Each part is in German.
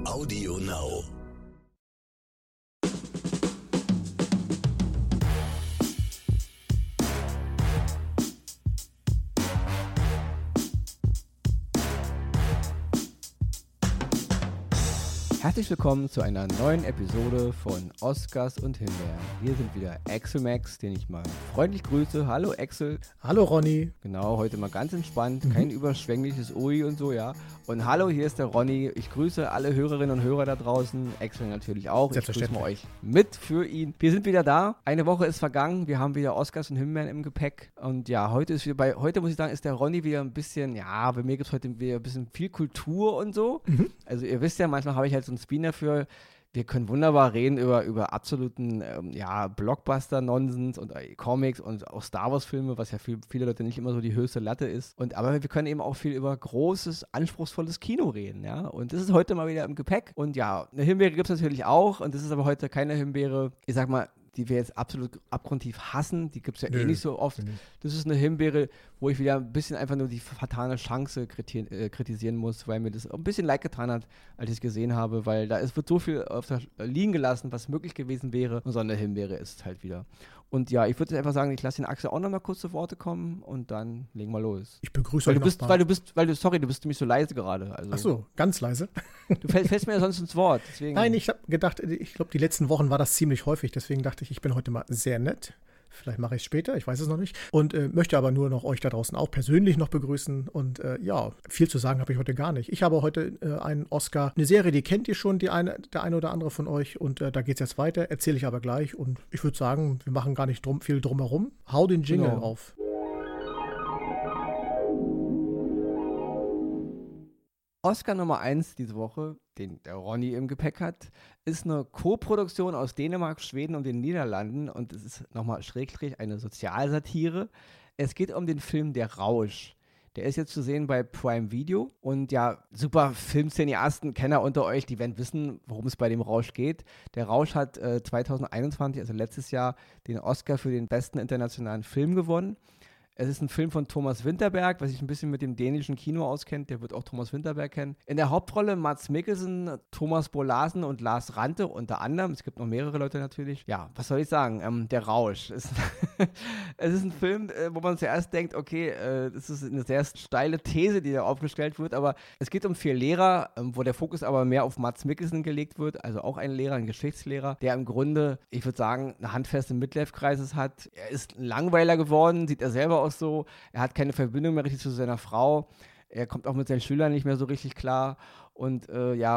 Audio Now. Herzlich willkommen zu einer neuen Episode von Oscars und Himbeeren. Hier sind wieder Axel Max, den ich mal freundlich grüße. Hallo Axel. Hallo Ronny. Genau, heute mal ganz entspannt, kein überschwängliches Ui und so, ja. Und hallo, hier ist der Ronny. Ich grüße alle Hörerinnen und Hörer da draußen. Axel natürlich auch. Ich grüße mal euch mit für ihn. Wir sind wieder da. Eine Woche ist vergangen. Wir haben wieder Oscars und Himbeeren im Gepäck. Und ja, heute muss ich sagen, ist der Ronny wieder ein bisschen, ja, bei mir gibt es heute wieder ein bisschen viel Kultur und so. Also ihr wisst ja, manchmal habe ich halt so einen Spin dafür. Wir können wunderbar reden über absoluten Blockbuster-Nonsens und Comics und auch Star Wars-Filme, was ja für viele Leute nicht immer so die höchste Latte ist. Aber wir können eben auch viel über großes, anspruchsvolles Kino reden, ja. Und das ist heute mal wieder im Gepäck. Und ja, eine Himbeere gibt es natürlich auch. Und das ist aber heute keine Himbeere, ich sag mal, die wir jetzt absolut abgrundtief hassen, die gibt es ja eh nicht so oft. Das ist eine Himbeere, wo ich wieder ein bisschen einfach nur die vertane Chance kritisieren muss, weil mir das ein bisschen leid getan hat, als ich es gesehen habe, weil wird so viel liegen gelassen, was möglich gewesen wäre, und so eine Himbeere ist es halt wieder. Und ja, ich würde einfach sagen, ich lasse den Axel auch nochmal kurz zu Worte kommen und dann legen wir los. Ich begrüße euch nochmal. Du bist nämlich so leise gerade. Also, ach so, ganz leise. Du fällst mir ja sonst ins Wort. Deswegen. Nein, ich habe gedacht, ich glaube, die letzten Wochen war das ziemlich häufig, deswegen dachte ich bin heute mal sehr nett. Vielleicht mache ich es später, ich weiß es noch nicht. Und möchte aber nur noch euch da draußen auch persönlich noch begrüßen. Und ja, viel zu sagen habe ich heute gar nicht. Ich habe heute einen Oscar, eine Serie, die kennt ihr schon, der eine oder andere von euch. Und da geht es jetzt weiter, erzähle ich aber gleich. Und ich würde sagen, wir machen gar nicht viel drumherum. Hau den Jingle auf. Oscar Nummer 1 diese Woche, den der Ronny im Gepäck hat, ist eine Co-Produktion aus Dänemark, Schweden und den Niederlanden, und es ist nochmal schrägstrich eine Sozialsatire. Es geht um den Film Der Rausch. Der ist jetzt zu sehen bei Prime Video, und ja, super Filmcineasten, Kenner unter euch, die werden wissen, worum es bei dem Rausch geht. Der Rausch hat 2021, also letztes Jahr, den Oscar für den besten internationalen Film gewonnen. Es ist ein Film von Thomas Vinterberg, was sich ein bisschen mit dem dänischen Kino auskennt. Der wird auch Thomas Vinterberg kennen. In der Hauptrolle Mads Mikkelsen, Thomas Bo-Larsen und Lars Ranthe unter anderem. Es gibt noch mehrere Leute natürlich. Ja, was soll ich sagen? Der Rausch. Es ist ein Film, wo man zuerst denkt, okay, das ist eine sehr steile These, die da aufgestellt wird. Aber es geht um 4 Lehrer, wo der Fokus aber mehr auf Mads Mikkelsen gelegt wird. Also auch ein Lehrer, ein Geschichtslehrer, der im Grunde, ich würde sagen, eine handfeste Midlife-Crisis hat. Er ist ein Langweiler geworden, sieht er selber auch so. Er hat keine Verbindung mehr richtig zu seiner Frau. Er kommt auch mit seinen Schülern nicht mehr so richtig klar. Und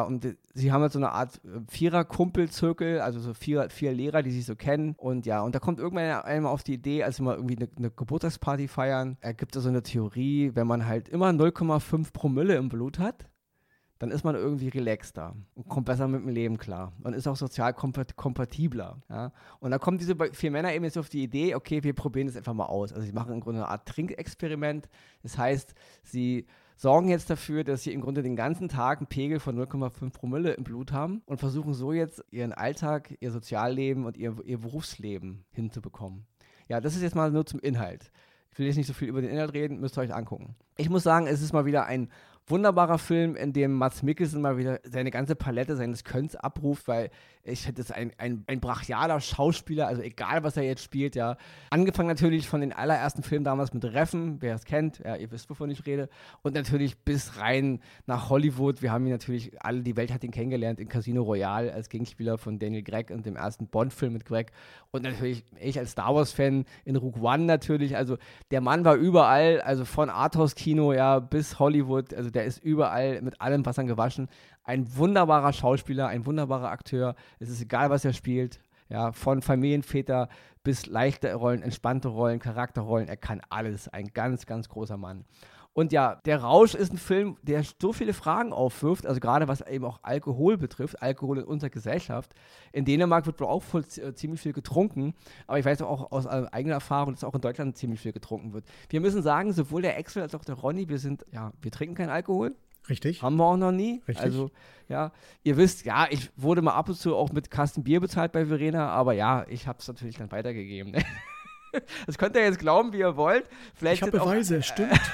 sie haben halt so eine Art Vierer-Kumpelzirkel, also so vier Lehrer, die sich so kennen. Und ja, und da kommt irgendwann einmal auf die Idee, als sie mal irgendwie eine Geburtstagsparty feiern, gibt es so eine Theorie, wenn man halt immer 0,5 Promille im Blut hat, dann ist man irgendwie relaxter und kommt besser mit dem Leben klar und ist auch sozial kompatibler. Ja? Und da kommen diese 4 Männer eben jetzt auf die Idee, okay, wir probieren das einfach mal aus. Also sie machen im Grunde eine Art Trinkexperiment. Das heißt, sie sorgen jetzt dafür, dass sie im Grunde den ganzen Tag einen Pegel von 0,5 Promille im Blut haben und versuchen so jetzt ihren Alltag, ihr Sozialleben und ihr Berufsleben hinzubekommen. Ja, das ist jetzt mal nur zum Inhalt. Ich will jetzt nicht so viel über den Inhalt reden, müsst ihr euch angucken. Ich muss sagen, es ist mal wieder ein wunderbarer Film, in dem Mads Mikkelsen mal wieder seine ganze Palette seines Könns abruft, weil ich finde, das ist ein brachialer Schauspieler, also egal, was er jetzt spielt, ja. Angefangen natürlich von den allerersten Filmen damals mit Reffen, wer es kennt, ja, ihr wisst, wovon ich rede, und natürlich bis rein nach Hollywood. Wir haben ihn natürlich, die Welt hat ihn kennengelernt in Casino Royale als Gegenspieler von Daniel Craig und dem ersten Bond-Film mit Craig, und natürlich ich als Star Wars-Fan in Rogue One natürlich, also der Mann war überall, also von Arthouse-Kino, ja, bis Hollywood, also der ist überall mit allem Wassern gewaschen. Ein wunderbarer Schauspieler, ein wunderbarer Akteur. Es ist egal, was er spielt. Ja, von Familienväter bis leichte Rollen, entspannte Rollen, Charakterrollen. Er kann alles. Ein ganz, ganz großer Mann. Und ja, Der Rausch ist ein Film, der so viele Fragen aufwirft, also gerade was eben auch Alkohol betrifft, Alkohol in unserer Gesellschaft. In Dänemark wird wohl auch ziemlich viel getrunken, aber ich weiß auch aus eigener Erfahrung, dass auch in Deutschland ziemlich viel getrunken wird. Wir müssen sagen, sowohl der Axel als auch der Ronny, wir trinken keinen Alkohol. Richtig. Haben wir auch noch nie. Richtig. Also, ja, ihr wisst, ja, ich wurde mal ab und zu auch mit Kasten Bier bezahlt bei Verena, aber ja, ich habe es natürlich dann weitergegeben. Das könnt ihr jetzt glauben, wie ihr wollt. Ich habe Beweise, stimmt.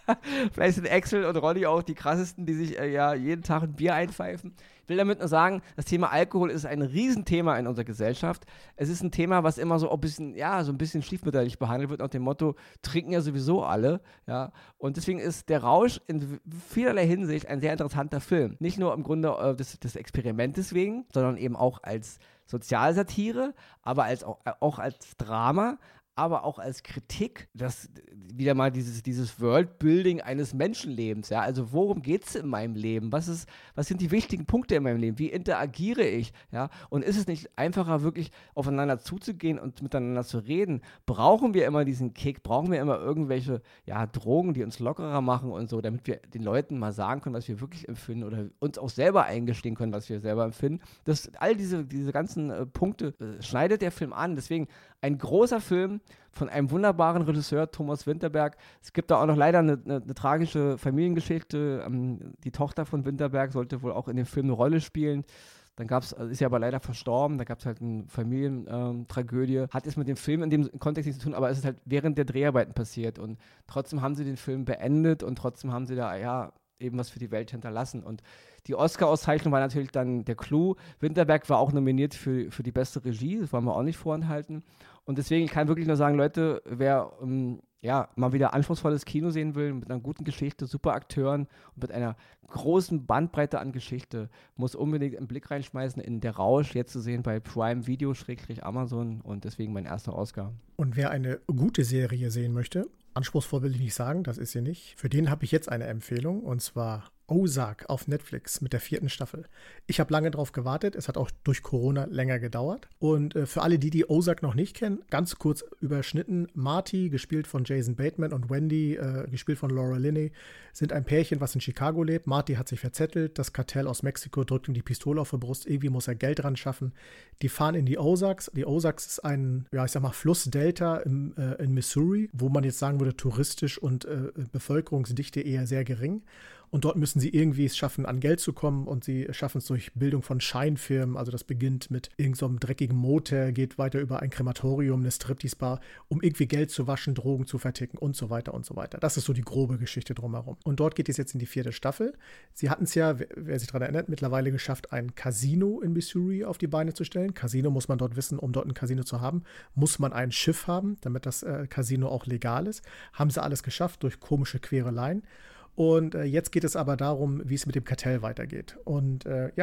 Vielleicht sind Axel und Ronny auch die krassesten, die sich ja jeden Tag ein Bier einpfeifen. Ich will damit nur sagen, das Thema Alkohol ist ein Riesenthema in unserer Gesellschaft. Es ist ein Thema, was immer so ein bisschen, ja, so ein bisschen stiefmütterlich behandelt wird, nach dem Motto, trinken ja sowieso alle, ja. Und deswegen ist Der Rausch in vielerlei Hinsicht ein sehr interessanter Film. Nicht nur im Grunde des Experimentes wegen, sondern eben auch als Sozialsatire, aber auch als Drama, aber auch als Kritik, das wieder mal dieses Worldbuilding eines Menschenlebens, ja, also worum geht es in meinem Leben, was sind die wichtigen Punkte in meinem Leben, wie interagiere ich, ja, und ist es nicht einfacher, wirklich aufeinander zuzugehen und miteinander zu reden? Brauchen wir immer diesen Kick, brauchen wir immer irgendwelche, ja, Drogen, die uns lockerer machen und so, damit wir den Leuten mal sagen können, was wir wirklich empfinden oder uns auch selber eingestehen können, was wir selber empfinden. All diese ganzen Punkte schneidet der Film an, deswegen ein großer Film von einem wunderbaren Regisseur, Thomas Vinterberg. Es gibt da auch noch leider eine tragische Familiengeschichte. Die Tochter von Vinterberg sollte wohl auch in dem Film eine Rolle spielen. Dann ist ja aber leider verstorben, da gab es halt eine Familientragödie. Hat es mit dem Film in dem Kontext nichts zu tun, aber es ist halt während der Dreharbeiten passiert. Und trotzdem haben sie den Film beendet und trotzdem haben sie da, ja, eben was für die Welt hinterlassen. Und die Oscar-Auszeichnung war natürlich dann der Clou. Winterberg war auch nominiert für die beste Regie, das wollen wir auch nicht vorenthalten. Und deswegen kann ich wirklich nur sagen, Leute, wer mal wieder anspruchsvolles Kino sehen will, mit einer guten Geschichte, super Akteuren und mit einer großen Bandbreite an Geschichte, muss unbedingt einen Blick reinschmeißen in Der Rausch, jetzt zu sehen bei Prime Video, Amazon, und deswegen mein erster Oscar. Und wer eine gute Serie sehen möchte, anspruchsvoll will ich nicht sagen, das ist sie nicht, für den habe ich jetzt eine Empfehlung, und zwar Ozark auf Netflix mit der 4. Staffel. Ich habe lange drauf gewartet, es hat auch durch Corona länger gedauert. Und für alle, die Ozark noch nicht kennen, ganz kurz überschnitten: Marty, gespielt von Jason Bateman, und Wendy, gespielt von Laura Linney, sind ein Pärchen, was in Chicago lebt. Marty hat sich verzettelt, das Kartell aus Mexiko drückt ihm die Pistole auf die Brust, irgendwie muss er Geld ran schaffen. Die fahren in die Ozarks. Die Ozarks ist ein, Flussdelta in Missouri, wo man jetzt sagen würde, touristisch und Bevölkerungsdichte eher sehr gering. Und dort müssen sie irgendwie es schaffen, an Geld zu kommen, und sie schaffen es durch Bildung von Scheinfirmen. Also das beginnt mit irgendeinem dreckigen Motel, geht weiter über ein Krematorium, eine Striptease-Bar, um irgendwie Geld zu waschen, Drogen zu verticken und so weiter und so weiter. Das ist so die grobe Geschichte drumherum. Und dort geht es jetzt in die 4. Staffel. Sie hatten es ja, wer sich daran erinnert, mittlerweile geschafft, ein Casino in Missouri auf die Beine zu stellen. Casino muss man dort wissen, um dort ein Casino zu haben, muss man ein Schiff haben, damit das Casino auch legal ist. Haben sie alles geschafft durch komische Quereleien. Und jetzt geht es aber darum, wie es mit dem Kartell weitergeht. Und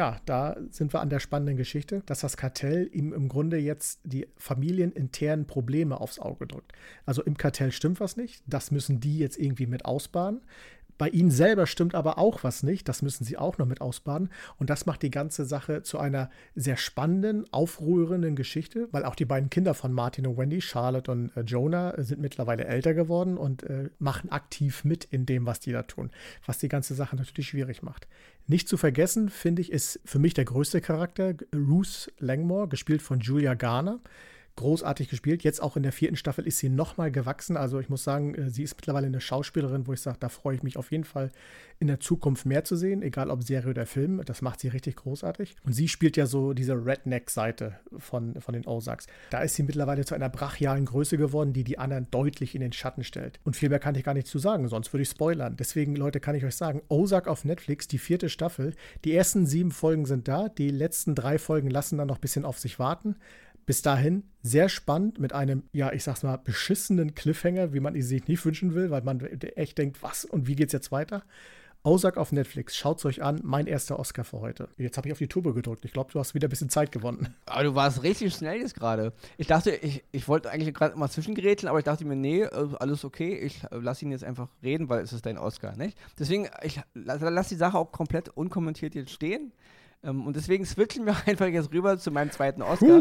da sind wir an der spannenden Geschichte, dass das Kartell ihm im Grunde jetzt die familieninternen Probleme aufs Auge drückt. Also im Kartell stimmt was nicht, das müssen die jetzt irgendwie mit ausbaden. Bei ihnen selber stimmt aber auch was nicht, das müssen sie auch noch mit ausbaden. Und das macht die ganze Sache zu einer sehr spannenden, aufrührenden Geschichte, weil auch die beiden Kinder von Martin und Wendy, Charlotte und Jonah, sind mittlerweile älter geworden und machen aktiv mit in dem, was die da tun, was die ganze Sache natürlich schwierig macht. Nicht zu vergessen, finde ich, ist für mich der größte Charakter Ruth Langmore, gespielt von Julia Garner. Großartig gespielt. Jetzt auch in der 4. Staffel ist sie nochmal gewachsen. Also ich muss sagen, sie ist mittlerweile eine Schauspielerin, wo ich sage, da freue ich mich auf jeden Fall in der Zukunft mehr zu sehen, egal ob Serie oder Film. Das macht sie richtig großartig. Und sie spielt ja so diese Redneck-Seite von den Ozarks. Da ist sie mittlerweile zu einer brachialen Größe geworden, die anderen deutlich in den Schatten stellt. Und viel mehr kann ich gar nicht zu sagen, sonst würde ich spoilern. Deswegen, Leute, kann ich euch sagen, Ozark auf Netflix, die 4. Staffel. Die ersten 7 Folgen sind da. Die letzten 3 Folgen lassen dann noch ein bisschen auf sich warten. Bis dahin sehr spannend mit einem, beschissenen Cliffhanger, wie man ihn sich nicht wünschen will, weil man echt denkt, was und wie geht's jetzt weiter? Ozark auf Netflix, schaut's euch an, mein erster Oscar für heute. Jetzt habe ich auf die Tube gedrückt. Ich glaube, du hast wieder ein bisschen Zeit gewonnen. Aber du warst richtig schnell jetzt gerade. Ich dachte, ich wollte eigentlich gerade mal zwischengerätseln, aber ich dachte mir, nee, alles okay, ich lasse ihn jetzt einfach reden, weil es ist dein Oscar, nicht? Deswegen, ich lass die Sache auch komplett unkommentiert jetzt stehen. Und deswegen switchen wir einfach jetzt rüber zu meinem zweiten Oscar.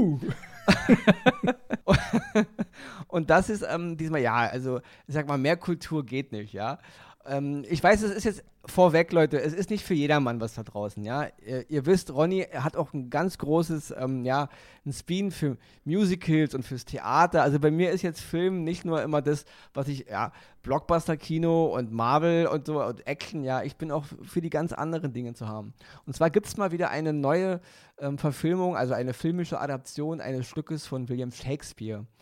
Und das ist diesmal, ich sag mal, mehr Kultur geht nicht, ja. Ich weiß, es ist jetzt vorweg, Leute, es ist nicht für jedermann was da draußen, ja. Ihr wisst, Ronny hat auch ein ganz großes, ein Spleen für Musicals und fürs Theater. Also bei mir ist jetzt Film nicht nur immer das, was ich, Blockbuster-Kino und Marvel und so und Action, ich bin auch für die ganz anderen Dinge zu haben. Und zwar gibt es mal wieder eine neue Verfilmung, also eine filmische Adaption eines Stückes von William Shakespeare.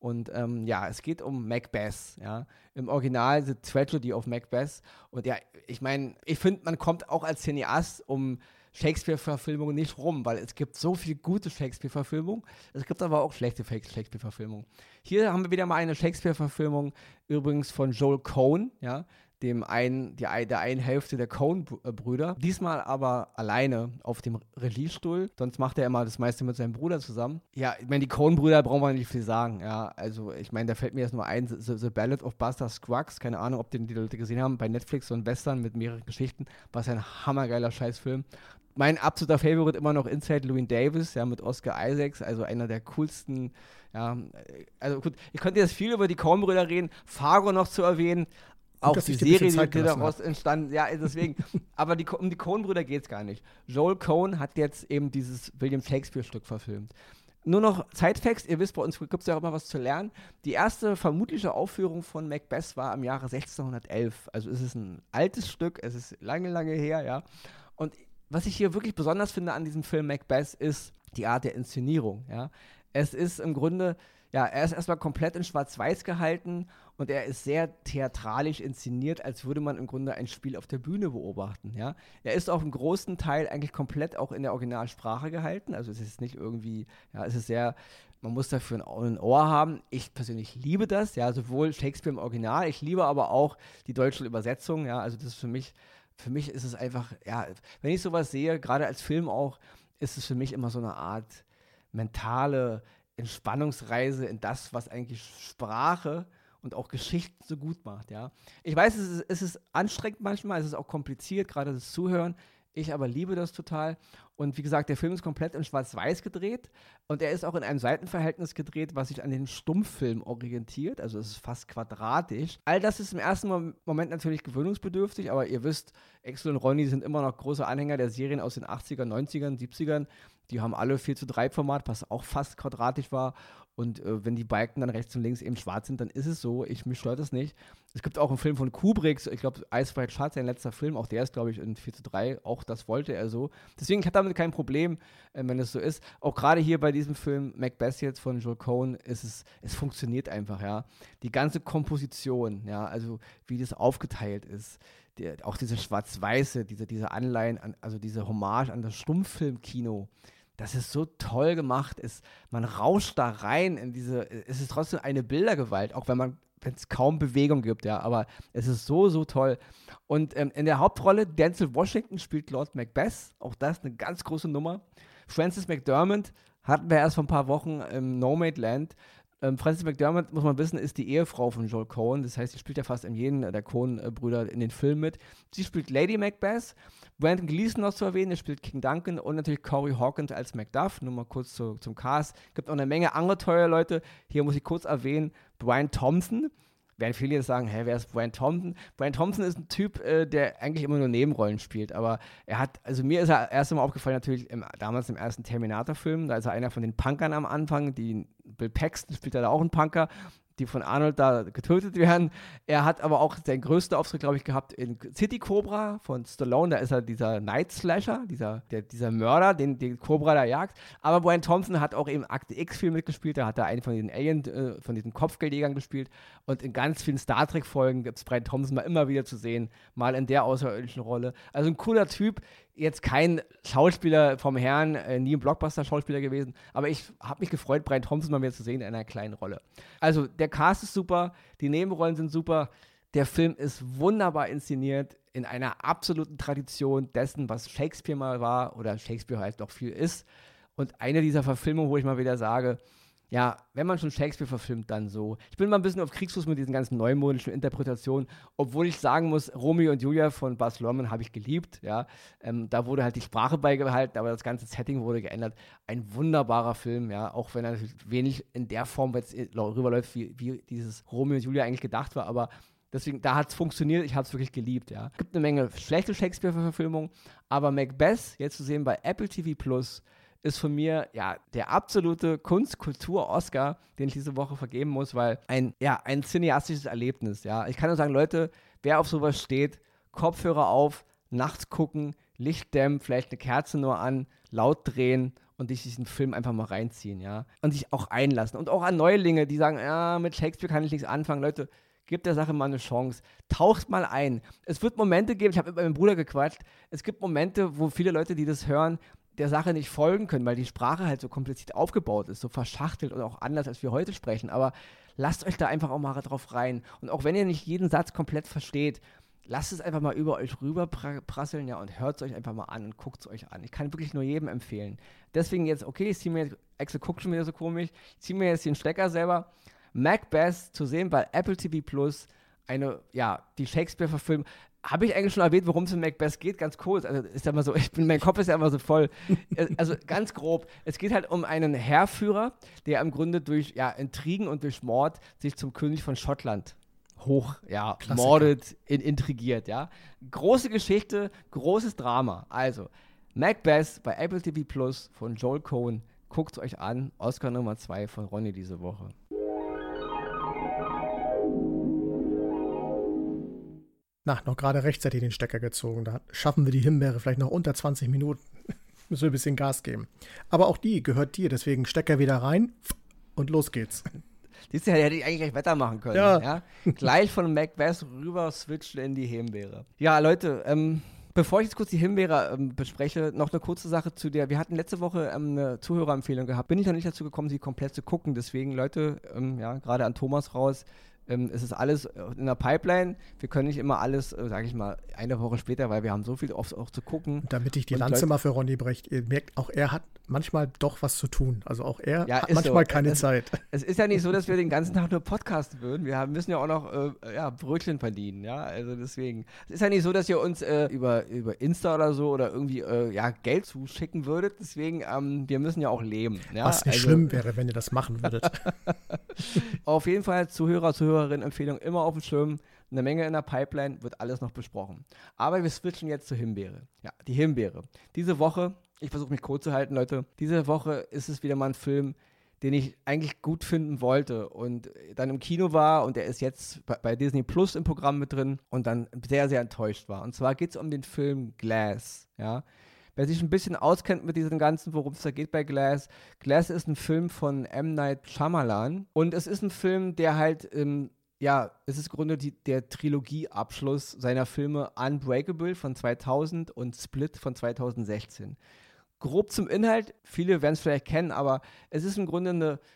Und ja, es geht um Macbeth, ja. Im Original The Tragedy of Macbeth. Und ja, ich meine, ich finde, man kommt auch als Cineast um Shakespeare-Verfilmungen nicht rum, weil es gibt so viele gute Shakespeare-Verfilmungen, es gibt aber auch schlechte Shakespeare-Verfilmungen. Hier haben wir wieder mal eine Shakespeare-Verfilmung, übrigens von Joel Coen, ja, der einen Hälfte der Coen-Brüder. Diesmal aber alleine auf dem Regiestuhl. Sonst macht er immer das meiste mit seinem Bruder zusammen. Ja, ich meine, die Coen-Brüder brauchen wir nicht viel sagen. Ja, also ich meine, da fällt mir jetzt nur ein, The Ballad of Buster Scruggs. Keine Ahnung, ob die Leute gesehen haben. Bei Netflix so ein Western mit mehreren Geschichten. Was ein hammergeiler Scheißfilm. Mein absoluter Favorite immer noch Inside Llewyn Davis, ja, mit Oscar Isaacs, also einer der coolsten, ja, also gut, ich könnte jetzt viel über die Coen-Brüder reden, Fargo noch zu erwähnen, auch die Serie, die daraus entstanden, ja, deswegen, aber um die Coen-Brüder geht es gar nicht. Joel Coen hat jetzt eben dieses William Shakespeare-Stück verfilmt. Nur noch Zeitfacts, ihr wisst, bei uns gibt es ja auch immer was zu lernen. Die erste vermutliche Aufführung von Macbeth war im Jahre 1611, also es ist ein altes Stück, es ist lange, lange her, ja, und was ich hier wirklich besonders finde an diesem Film Macbeth ist die Art der Inszenierung, ja. Es ist im Grunde, ja, er ist erstmal komplett in Schwarz-Weiß gehalten und er ist sehr theatralisch inszeniert, als würde man im Grunde ein Spiel auf der Bühne beobachten, ja. Er ist auch im großen Teil eigentlich komplett auch in der Originalsprache gehalten, also es ist nicht irgendwie, ja, es ist sehr, man muss dafür ein Ohr haben. Ich persönlich liebe das, ja, sowohl Shakespeare im Original, ich liebe aber auch die deutsche Übersetzung, ja, also das ist für mich ist es einfach, ja, wenn ich sowas sehe, gerade als Film auch, ist es für mich immer so eine Art mentale Entspannungsreise in das, was eigentlich Sprache und auch Geschichten so gut macht, ja. Ich weiß, es ist anstrengend manchmal, es ist auch kompliziert, gerade das Zuhören. Ich aber liebe das total. Und wie gesagt, der Film ist komplett in Schwarz-Weiß gedreht und er ist auch in einem Seitenverhältnis gedreht, was sich an den Stummfilm orientiert. Also es ist fast quadratisch. All das ist im ersten Moment natürlich gewöhnungsbedürftig, aber ihr wisst, Axel und Ronny sind immer noch große Anhänger der Serien aus den 80ern, 90ern, 70ern. Die haben alle 4:3-Format, was auch fast quadratisch war. Und wenn die Balken dann rechts und links eben schwarz sind, dann ist es so. Mich stört das nicht. Es gibt auch einen Film von Kubrick, ich glaube, Ice White Shut, sein letzter Film, auch der ist, glaube ich, in 4:3. Auch das wollte er so. Deswegen, ich habe damit kein Problem, wenn es so ist. Auch gerade hier bei diesem Film Macbeth jetzt von Joel Coen, es funktioniert einfach, ja. Die ganze Komposition, ja, also wie das aufgeteilt ist. Auch diese Schwarz-Weiße, diese Anleihen, also diese Hommage an das Stummfilmkino, das ist so toll gemacht. Man rauscht da rein es ist trotzdem eine Bildergewalt, auch wenn es kaum Bewegung gibt, ja, aber es ist so, so toll. Und in der Hauptrolle Denzel Washington spielt Lord Macbeth, auch das eine ganz große Nummer. Frances McDormand hatten wir erst vor ein paar Wochen im Nomadland. Frances McDormand, muss man wissen, ist die Ehefrau von Joel Coen. Das heißt, sie spielt ja fast in jedem der Coen-Brüder in den Filmen mit. Sie spielt Lady Macbeth. Brandon Gleeson noch zu erwähnen, der spielt King Duncan und natürlich Corey Hawkins als Macduff. Nur mal kurz zum Cast. Gibt auch eine Menge andere teure Leute. Hier muss ich kurz erwähnen, Brian Thompson. Werden viele jetzt sagen, wer ist Brian Thompson? Brian Thompson ist ein Typ, der eigentlich immer nur Nebenrollen spielt, aber mir ist er erst einmal aufgefallen, natürlich damals im ersten Terminator-Film, da ist er einer von den Punkern am Anfang, Bill Paxton spielt da auch einen Punker, die von Arnold da getötet werden. Er hat aber auch seinen größten Auftritt, glaube ich, gehabt in City Cobra von Stallone. Da ist er dieser Night Slasher, dieser Mörder, den Cobra da jagt. Aber Brian Thompson hat auch im Akte X-Film mitgespielt. Da hat er einen von diesen von diesen Kopfgeldjägern gespielt. Und in ganz vielen Star Trek-Folgen gibt es Brian Thompson mal immer wieder zu sehen. Mal in der außerirdischen Rolle. Also ein cooler Typ. Jetzt kein Schauspieler vom Herrn, nie ein Blockbuster-Schauspieler gewesen, aber ich habe mich gefreut, Brian Thompson mal wieder zu sehen in einer kleinen Rolle. Also der Cast ist super, die Nebenrollen sind super, der Film ist wunderbar inszeniert, in einer absoluten Tradition dessen, was Shakespeare mal war oder Shakespeare halt noch viel ist. Und eine dieser Verfilmungen, wo ich mal wieder sage, ja, wenn man schon Shakespeare verfilmt, dann so. Ich bin mal ein bisschen auf Kriegsfuß mit diesen ganzen neumodischen Interpretationen, obwohl ich sagen muss, Romeo und Julia von Baz Luhrmann habe ich geliebt, ja. Da wurde halt die Sprache beibehalten, aber das ganze Setting wurde geändert. Ein wunderbarer Film, ja, auch wenn er natürlich wenig in der Form jetzt rüberläuft, wie dieses Romeo und Julia eigentlich gedacht war, aber deswegen, da hat es funktioniert, ich habe es wirklich geliebt, ja. Es gibt eine Menge schlechte Shakespeare-Verfilmungen, aber Macbeth, jetzt zu sehen bei Apple TV Plus, ist von mir ja der absolute Kunst-Kultur-Oscar, den ich diese Woche vergeben muss, weil ein cineastisches Erlebnis, ja. Ich kann nur sagen, Leute, wer auf sowas steht, Kopfhörer auf, nachts gucken, Licht dämmen, vielleicht eine Kerze nur an, laut drehen und sich diesen Film einfach mal reinziehen, ja. Und sich auch einlassen. Und auch an Neulinge, die sagen, ja, mit Shakespeare kann ich nichts anfangen. Leute, gebt der Sache mal eine Chance. Taucht mal ein. Es wird Momente geben, ich habe mit meinem Bruder gequatscht, es gibt Momente, wo viele Leute, die das hören, der Sache nicht folgen können, weil die Sprache halt so kompliziert aufgebaut ist, so verschachtelt und auch anders, als wir heute sprechen. Aber lasst euch da einfach auch mal drauf rein. Und auch wenn ihr nicht jeden Satz komplett versteht, lasst es einfach mal über euch rüber prasseln, ja, und hört es euch einfach mal an und guckt es euch an. Ich kann wirklich nur jedem empfehlen. Deswegen jetzt, okay, ich ziehe mir jetzt, Axel guckt schon wieder so komisch, ich ziehe mir jetzt den Stecker selber. Macbeth zu sehen bei Apple TV Plus, die Shakespeare-Verfilmung. Habe ich eigentlich schon erwähnt, worum es in Macbeth geht? Ganz kurz. Also ist ja immer so, mein Kopf ist ja immer so voll. Also ganz grob. Es geht halt um einen Heerführer, der im Grunde durch Intrigen und durch Mord sich zum König von Schottland mordet, intrigiert, ja. Große Geschichte, großes Drama. Also, Macbeth bei Apple TV Plus von Joel Coen. Guckt es euch an. Oscar Nummer 2 von Ronny diese Woche. Noch gerade rechtzeitig den Stecker gezogen. Da schaffen wir die Himbeere vielleicht noch unter 20 Minuten. Müssen wir ein bisschen Gas geben. Aber auch die gehört dir, deswegen Stecker wieder rein und los geht's. Siehst du, hätte ich eigentlich gleich Wetter machen können. Ja. Gleich von Macbeth rüber switchen in die Himbeere. Ja, Leute, bevor ich jetzt kurz die Himbeere bespreche, noch eine kurze Sache zu der. Wir hatten letzte Woche eine Zuhörerempfehlung gehabt. Bin ich noch nicht dazu gekommen, sie komplett zu gucken. Deswegen, Leute, gerade an Thomas raus. Es ist alles in der Pipeline. Wir können nicht immer alles, sage ich mal, eine Woche später, weil wir haben so viel oft auch zu gucken. Damit ich die Lanze mal für Ronny breche, ihr merkt, auch er hat manchmal doch was zu tun. Also auch er hat manchmal keine Zeit. Es ist ja nicht so, dass wir den ganzen Tag nur podcasten würden. Wir müssen ja auch noch Brötchen verdienen. Ja, also deswegen. Es ist ja nicht so, dass ihr uns über Insta oder so oder irgendwie Geld zuschicken würdet. Deswegen, wir müssen ja auch leben. Ja? Was nicht schlimm wäre, wenn ihr das machen würdet. Auf jeden Fall Zuhörer-Empfehlung immer auf dem Schirm. Eine Menge in der Pipeline, wird alles noch besprochen. Aber wir switchen jetzt zur Himbeere. Ja, die Himbeere. Diese Woche, ich versuche mich kurz zu halten, Leute, diese Woche ist es wieder mal ein Film, den ich eigentlich gut finden wollte und dann im Kino war und der ist jetzt bei Disney Plus im Programm mit drin und dann sehr, sehr enttäuscht war. Und zwar geht es um den Film Glass, ja. Wer sich ein bisschen auskennt mit diesem Ganzen, worum es da geht bei Glass. Glass ist ein Film von M. Night Shyamalan und es ist ein Film, der halt, es ist im Grunde der Trilogieabschluss seiner Filme Unbreakable von 2000 und Split von 2016. Grob zum Inhalt, viele werden es vielleicht kennen, aber es ist im Grunde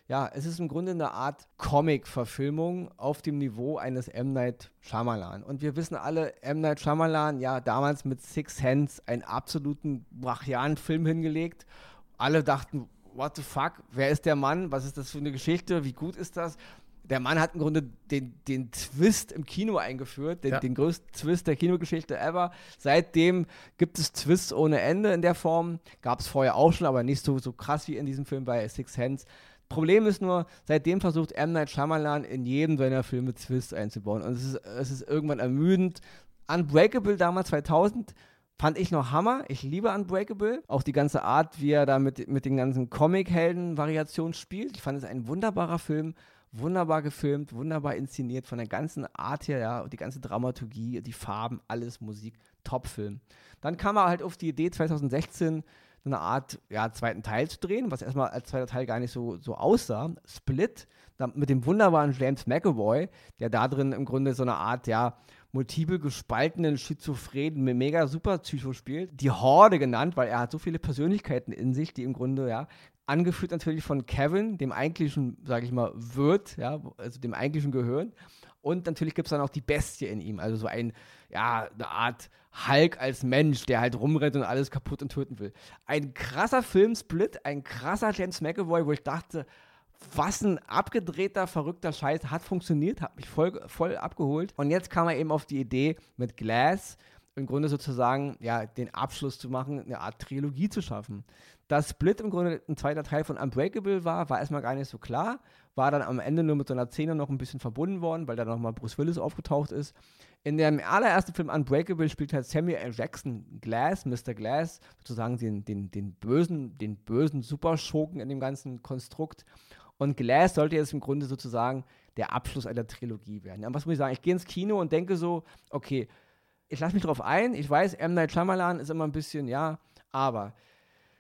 eine Art Comic-Verfilmung auf dem Niveau eines M. Night Shyamalan. Und wir wissen alle, M. Night Shyamalan, damals mit Sixth Sense einen absoluten brachialen Film hingelegt. Alle dachten, what the fuck, wer ist der Mann, was ist das für eine Geschichte, wie gut ist das? Der Mann hat im Grunde den Twist im Kino eingeführt, den größten Twist der Kinogeschichte ever. Seitdem gibt es Twists ohne Ende in der Form. Gab es vorher auch schon, aber nicht so krass wie in diesem Film bei Sixth Sense. Problem ist nur, seitdem versucht M. Night Shyamalan in jedem seiner Filme Twists einzubauen. Und es ist irgendwann ermüdend. Unbreakable damals 2000 fand ich noch Hammer. Ich liebe Unbreakable. Auch die ganze Art, wie er da mit den ganzen Comic-Helden-Variationen spielt. Ich fand es ein wunderbarer Film. Wunderbar gefilmt, wunderbar inszeniert, von der ganzen Art her, ja, und die ganze Dramaturgie, die Farben, alles, Musik, Top-Film. Dann kam er halt auf die Idee, 2016 eine Art, zweiten Teil zu drehen, was erstmal als zweiter Teil gar nicht so aussah. Split, mit dem wunderbaren James McAvoy, der da drin im Grunde so eine Art, multiple gespaltenen, schizophrenen, mega super Psycho spielt. Die Horde genannt, weil er hat so viele Persönlichkeiten in sich, die im Grunde, angeführt natürlich von Kevin, dem eigentlichen, sage ich mal, Wirt, also dem eigentlichen Gehirn. Und natürlich gibt es dann auch die Bestie in ihm, also so eine Art Hulk als Mensch, der halt rumrennt und alles kaputt und töten will. Ein krasser Filmsplit, ein krasser James McAvoy, wo ich dachte, was ein abgedrehter, verrückter Scheiß, hat funktioniert, hat mich voll abgeholt. Und jetzt kam er eben auf die Idee, mit Glass im Grunde sozusagen den Abschluss zu machen, eine Art Trilogie zu schaffen. Dass Split im Grunde ein zweiter Teil von Unbreakable war erstmal gar nicht so klar, war dann am Ende nur mit so einer Szene noch ein bisschen verbunden worden, weil da nochmal Bruce Willis aufgetaucht ist. In dem allerersten Film Unbreakable spielt halt Samuel L. Jackson Glass, Mr. Glass, sozusagen den bösen Superschurken in dem ganzen Konstrukt. Und Glass sollte jetzt im Grunde sozusagen der Abschluss einer Trilogie werden. Und was muss ich sagen? Ich gehe ins Kino und denke so, okay, ich lasse mich drauf ein. Ich weiß, M. Night Shyamalan ist immer ein bisschen, aber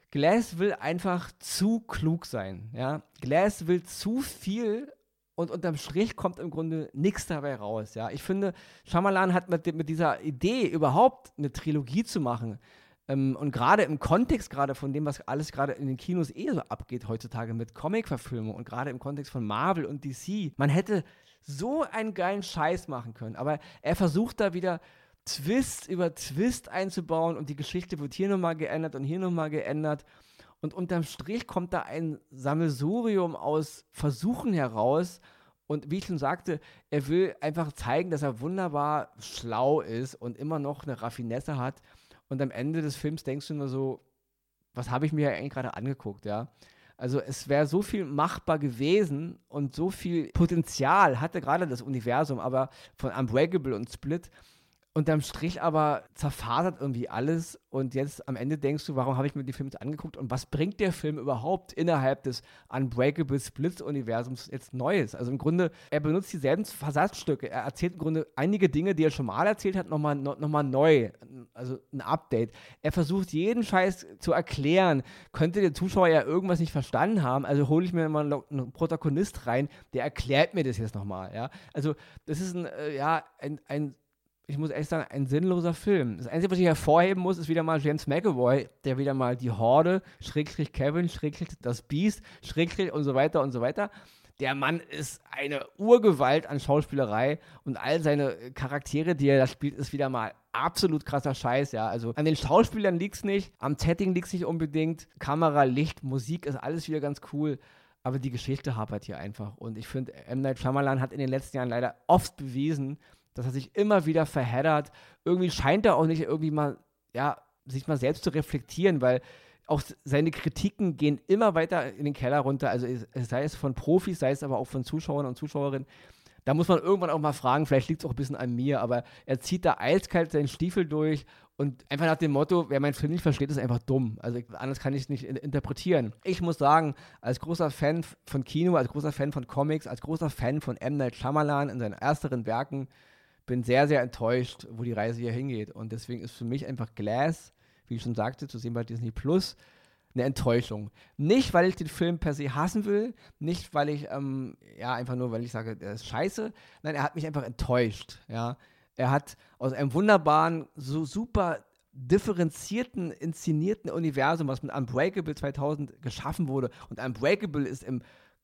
Glass will einfach zu klug sein, ja. Glass will zu viel und unterm Strich kommt im Grunde nichts dabei raus, ja. Ich finde, Shyamalan hat mit dieser Idee überhaupt eine Trilogie zu machen und gerade im Kontext gerade von dem, was alles gerade in den Kinos so abgeht heutzutage mit Comic-Verfilmung und gerade im Kontext von Marvel und DC, man hätte so einen geilen Scheiß machen können, aber er versucht da wieder Twist über Twist einzubauen und die Geschichte wird hier nochmal geändert und hier nochmal geändert. Und unterm Strich kommt da ein Sammelsurium aus Versuchen heraus. Und wie ich schon sagte, er will einfach zeigen, dass er wunderbar schlau ist und immer noch eine Raffinesse hat. Und am Ende des Films denkst du nur so, was habe ich mir eigentlich gerade angeguckt, ja? Also es wäre so viel machbar gewesen und so viel Potenzial hatte gerade das Universum, aber von Unbreakable und Split unterm Strich aber zerfasert irgendwie alles und jetzt am Ende denkst du, warum habe ich mir die Filme jetzt angeguckt und was bringt der Film überhaupt innerhalb des Unbreakable Split-Universums jetzt Neues? Also im Grunde, er benutzt dieselben Versatzstücke, er erzählt im Grunde einige Dinge, die er schon mal erzählt hat, nochmal neu, also ein Update. Er versucht jeden Scheiß zu erklären, könnte der Zuschauer ja irgendwas nicht verstanden haben, also hole ich mir mal einen Protagonist rein, der erklärt mir das jetzt nochmal, ja. Also das ist ich muss ehrlich sagen, ein sinnloser Film. Das Einzige, was ich hervorheben muss, ist wieder mal James McAvoy, der wieder mal die Horde, / Kevin, / das Biest, / und so weiter. Der Mann ist eine Urgewalt an Schauspielerei und all seine Charaktere, die er da spielt, ist wieder mal absolut krasser Scheiß, ja. Also an den Schauspielern liegt es nicht, am Setting liegt es nicht unbedingt, Kamera, Licht, Musik ist alles wieder ganz cool, aber die Geschichte hapert hier einfach. Und ich finde, M. Night Shyamalan hat in den letzten Jahren leider oft bewiesen, dass er sich immer wieder verheddert. Irgendwie scheint er auch nicht irgendwie mal, ja, sich mal selbst zu reflektieren, weil auch seine Kritiken gehen immer weiter in den Keller runter. Also sei es von Profis, sei es aber auch von Zuschauern und Zuschauerinnen. Da muss man irgendwann auch mal fragen, vielleicht liegt es auch ein bisschen an mir, aber er zieht da eiskalt seinen Stiefel durch und einfach nach dem Motto, wer meinen Film nicht versteht, ist einfach dumm. Also anders kann ich es nicht interpretieren. Ich muss sagen, als großer Fan von Kino, als großer Fan von Comics, als großer Fan von M. Night Shyamalan in seinen ersteren Werken, bin sehr, sehr enttäuscht, wo die Reise hier hingeht. Und deswegen ist für mich einfach Glass, wie ich schon sagte, zu sehen bei Disney Plus, eine Enttäuschung. Nicht, weil ich den Film per se hassen will, nicht, weil ich, einfach nur, weil ich sage, der ist scheiße. Nein, er hat mich einfach enttäuscht. Ja? Er hat aus einem wunderbaren, so super differenzierten, inszenierten Universum, was mit Unbreakable 2000 geschaffen wurde. Und Unbreakable ist im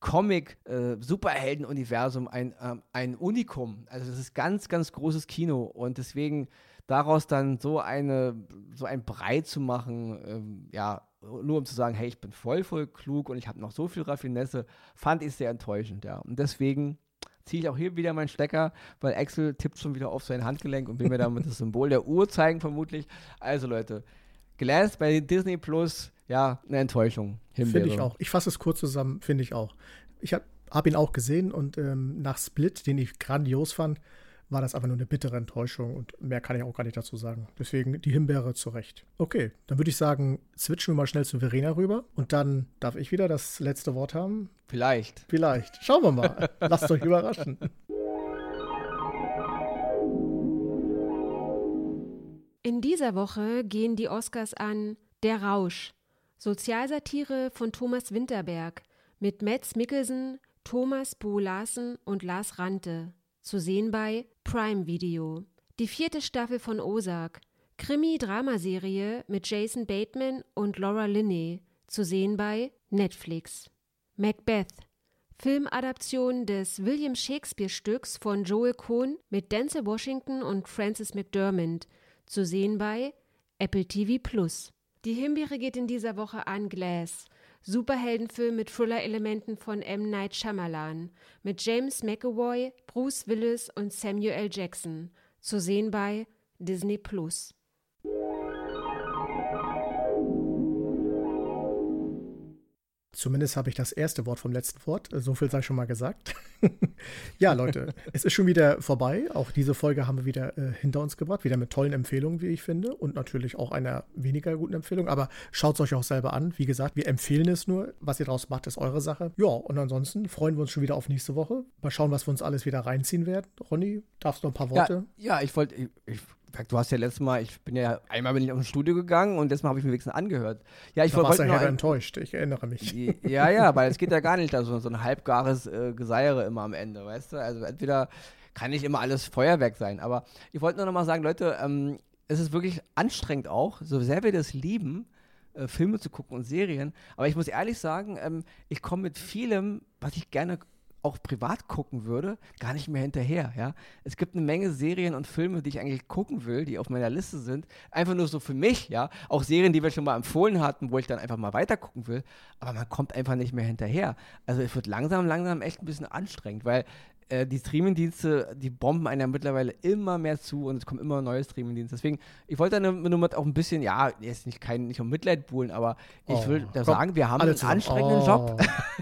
Comic-Superhelden-Universum ein Unikum. Also das ist ganz, ganz großes Kino und deswegen daraus dann so ein Brei zu machen, nur um zu sagen, hey, ich bin voll klug und ich habe noch so viel Raffinesse, fand ich sehr enttäuschend, ja. Und deswegen ziehe ich auch hier wieder meinen Stecker, weil Axel tippt schon wieder auf sein Handgelenk und will mir damit das Symbol der Uhr zeigen, vermutlich. Also Leute, Glass bei Disney Plus, ja, eine Enttäuschung. Finde ich auch. Ich fasse es kurz zusammen, finde ich auch. Ich hab ihn auch gesehen und nach Split, den ich grandios fand, war das aber nur eine bittere Enttäuschung und mehr kann ich auch gar nicht dazu sagen. Deswegen die Himbeere zurecht. Okay, dann würde ich sagen, switchen wir mal schnell zu Verena rüber und dann darf ich wieder das letzte Wort haben. Vielleicht. Schauen wir mal. Lasst euch überraschen. In dieser Woche gehen die Oscars an Der Rausch, Sozialsatire von Thomas Winterberg mit Mads Mikkelsen, Thomas Bo Larsen und Lars Ranthe, zu sehen bei Prime Video. Die 4. Staffel von Ozark, Krimi-Dramaserie mit Jason Bateman und Laura Linney, zu sehen bei Netflix. Macbeth, Filmadaption des William-Shakespeare-Stücks von Joel Coen mit Denzel Washington und Frances McDormand, zu sehen bei Apple TV+. Die Himbeere geht in dieser Woche an Glass, Superheldenfilm mit Thriller-Elementen von M. Night Shyamalan, mit James McAvoy, Bruce Willis und Samuel L. Jackson, zu sehen bei Disney+. Zumindest habe ich das erste Wort vom letzten Wort. So viel sei schon mal gesagt. Ja, Leute, es ist schon wieder vorbei. Auch diese Folge haben wir wieder hinter uns gebracht. Wieder mit tollen Empfehlungen, wie ich finde. Und natürlich auch einer weniger guten Empfehlung. Aber schaut es euch auch selber an. Wie gesagt, wir empfehlen es nur. Was ihr daraus macht, ist eure Sache. Ja, und ansonsten freuen wir uns schon wieder auf nächste Woche. Mal schauen, was wir uns alles wieder reinziehen werden. Ronny, darfst du noch ein paar Worte? Ja, ich wollte Du hast ja letztes Mal, einmal bin ich aus dem Studio gegangen und letztes Mal habe ich mir wenigstens angehört. Ja, da warst du ja enttäuscht, ich erinnere mich. Ja, weil es geht ja gar nicht, so ein halbgares Geseiere immer am Ende, weißt du? Also entweder kann nicht immer alles Feuerwerk sein, aber ich wollte nur noch mal sagen, Leute, es ist wirklich anstrengend auch, so sehr wir das lieben, Filme zu gucken und Serien, aber ich muss ehrlich sagen, ich komme mit vielem, was ich gerne auch privat gucken würde, gar nicht mehr hinterher, ja. Es gibt eine Menge Serien und Filme, die ich eigentlich gucken will, die auf meiner Liste sind, einfach nur so für mich, ja. Auch Serien, die wir schon mal empfohlen hatten, wo ich dann einfach mal weiter gucken will, aber man kommt einfach nicht mehr hinterher. Also es wird langsam echt ein bisschen anstrengend, weil die Streamingdienste, die bomben einen ja mittlerweile immer mehr zu und es kommen immer neue Streamingdienste. Deswegen, ich wollte da nur auch ein bisschen, ja, jetzt nicht um Mitleid buhlen, aber ich will da sagen, wir haben einen anstrengenden Job.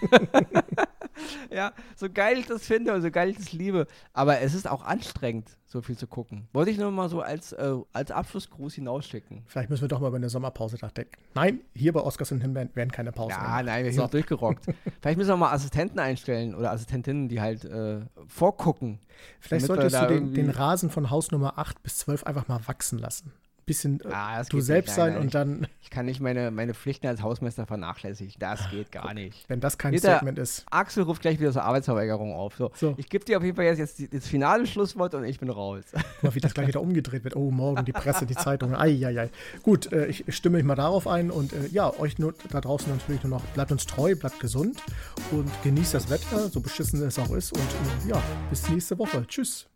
Ja, so geil ich das finde und so geil ich das liebe, aber es ist auch anstrengend, so viel zu gucken. Wollte ich nur mal so als Abschlussgruß hinausschicken. Vielleicht müssen wir doch mal über eine Sommerpause nachdenken. Nein, hier bei Oscars und Himbeeren werden keine Pausen. Ja, nein, wir sind durchgerockt. Vielleicht müssen wir mal Assistenten einstellen oder Assistentinnen, die halt vorgucken. Vielleicht solltest du den Rasen von Haus Nummer 8 bis 12 einfach mal wachsen lassen. Bisschen du selbst sein und dann. Ich kann nicht meine Pflichten als Hausmeister vernachlässigen. Das geht gar nicht. Wenn das kein Statement ist. Axel ruft gleich wieder zur Arbeitsverweigerung auf. So. Ich gebe dir auf jeden Fall jetzt das finale Schlusswort und ich bin raus. Guck mal, wie das gleich wieder umgedreht wird. Oh, morgen die Presse, die Zeitung. Eieiei. Gut, ich stimme mich mal darauf ein und euch nur da draußen natürlich nur noch, bleibt uns treu, bleibt gesund und genießt das Wetter, so beschissen es auch ist und bis nächste Woche. Tschüss.